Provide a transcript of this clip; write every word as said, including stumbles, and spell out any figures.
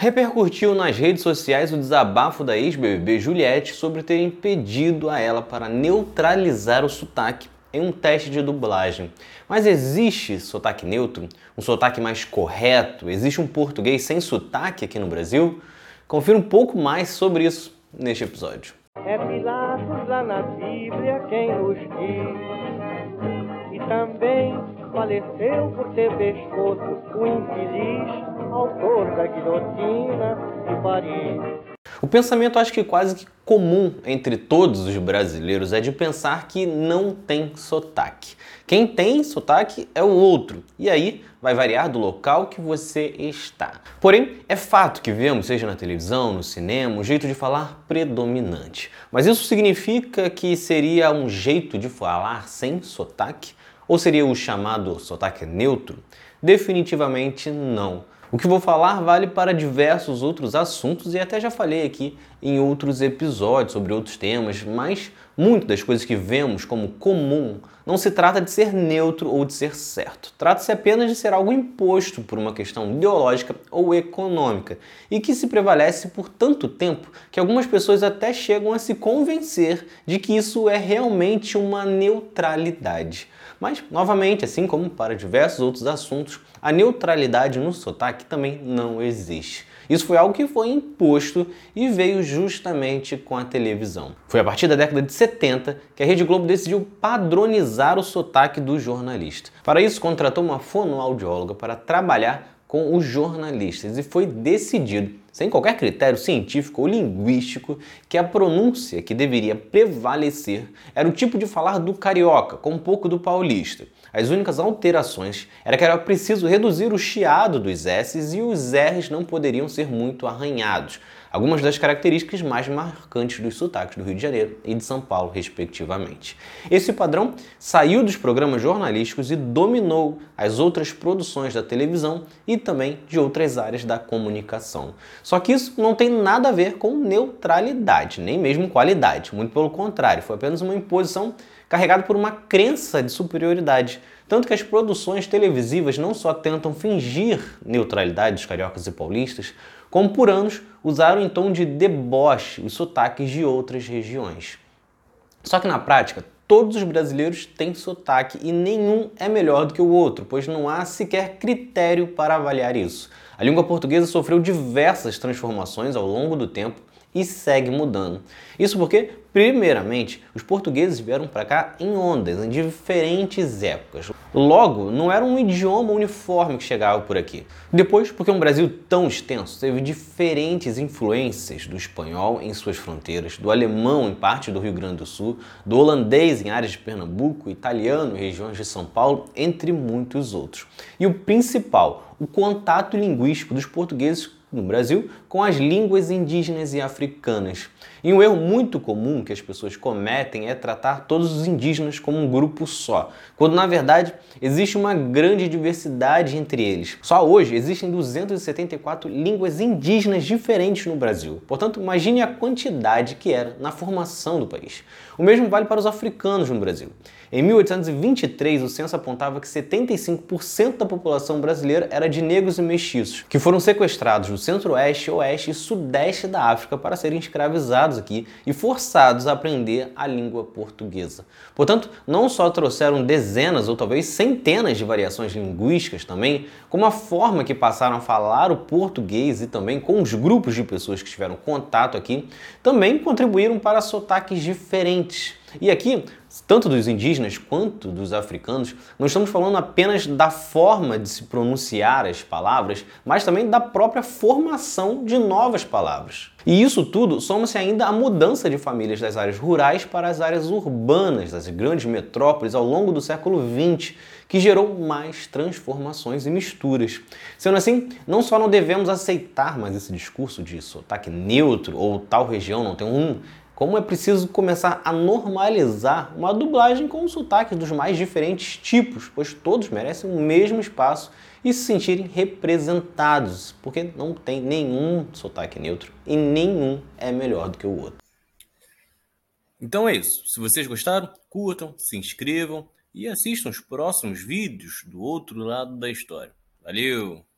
Repercutiu nas redes sociais o desabafo da ex-B B B Juliette sobre terem pedido a ela para neutralizar o sotaque em um teste de dublagem. Mas existe sotaque neutro? Um sotaque mais correto? Existe um português sem sotaque aqui no Brasil? Confira um pouco mais sobre isso neste episódio. É Pilatos lá na Bíblia quem nos diz, e também faleceu por ter pescoço o infeliz autor da guilhotina de Paris. O pensamento, acho que quase que comum entre todos os brasileiros, é de pensar que não tem sotaque. Quem tem sotaque é o outro, e aí vai variar do local que você está. Porém, é fato que vemos, seja na televisão, no cinema, um jeito de falar predominante. Mas isso significa que seria um jeito de falar sem sotaque? Ou seria o chamado sotaque neutro? Definitivamente não. O que vou falar vale para diversos outros assuntos e até já falei aqui em outros episódios sobre outros temas, mas muitas das coisas que vemos como comum não se trata de ser neutro ou de ser certo. Trata-se apenas de ser algo imposto por uma questão ideológica ou econômica e que se prevalece por tanto tempo que algumas pessoas até chegam a se convencer de que isso é realmente uma neutralidade. Mas, novamente, assim como para diversos outros assuntos, a neutralidade no sotaque também não existe. Isso foi algo que foi imposto e veio justamente com a televisão. Foi a partir da década de setenta que a Rede Globo decidiu padronizar o sotaque do jornalista. Para isso, contratou uma fonoaudióloga para trabalhar com os jornalistas e foi decidido, sem qualquer critério científico ou linguístico, que a pronúncia que deveria prevalecer era o tipo de falar do carioca, com um pouco do paulista. As únicas alterações era que era preciso reduzir o chiado dos S's e os R's não poderiam ser muito arranhados, algumas das características mais marcantes dos sotaques do Rio de Janeiro e de São Paulo, respectivamente. Esse padrão saiu dos programas jornalísticos e dominou as outras produções da televisão e também de outras áreas da comunicação. Só que isso não tem nada a ver com neutralidade, nem mesmo qualidade, muito pelo contrário, foi apenas uma imposição carregada por uma crença de superioridade. Tanto que as produções televisivas não só tentam fingir neutralidade dos cariocas e paulistas, como por anos usaram em tom de deboche os sotaques de outras regiões. Só que na prática, todos os brasileiros têm sotaque e nenhum é melhor do que o outro, pois não há sequer critério para avaliar isso. A língua portuguesa sofreu diversas transformações ao longo do tempo e segue mudando. Isso porque, primeiramente, os portugueses vieram para cá em ondas, em diferentes épocas. Logo, não era um idioma uniforme que chegava por aqui. Depois, porque um Brasil tão extenso teve diferentes influências do espanhol em suas fronteiras, do alemão em parte do Rio Grande do Sul, do holandês em áreas de Pernambuco, italiano em regiões de São Paulo, entre muitos outros. E o principal, o contato linguístico dos portugueses no Brasil com as línguas indígenas e africanas. E um erro muito comum que as pessoas cometem é tratar todos os indígenas como um grupo só, quando na verdade existe uma grande diversidade entre eles. Só hoje existem duzentas e setenta e quatro línguas indígenas diferentes no Brasil. Portanto, imagine a quantidade que era na formação do país. O mesmo vale para os africanos no Brasil. Em mil oitocentos e vinte e três, o censo apontava que setenta e cinco por cento da população brasileira era de negros e mestiços, que foram sequestrados do centro-oeste, oeste e sudeste da África para serem escravizados aqui e forçados a aprender a língua portuguesa. Portanto, não só trouxeram dezenas ou talvez centenas de variações linguísticas também, como a forma que passaram a falar o português e também com os grupos de pessoas que tiveram contato aqui, também contribuíram para sotaques diferentes. E aqui, tanto dos indígenas quanto dos africanos, não estamos falando apenas da forma de se pronunciar as palavras, mas também da própria formação de novas palavras. E isso tudo soma-se ainda à mudança de famílias das áreas rurais para as áreas urbanas, das grandes metrópoles ao longo do século vinte, que gerou mais transformações e misturas. Sendo assim, não só não devemos aceitar mais esse discurso de sotaque neutro ou tal região não tem um, como é preciso começar a normalizar uma dublagem com sotaques dos mais diferentes tipos, pois todos merecem o mesmo espaço e se sentirem representados, porque não tem nenhum sotaque neutro e nenhum é melhor do que o outro. Então é isso. Se vocês gostaram, curtam, se inscrevam e assistam os próximos vídeos do outro lado da história. Valeu!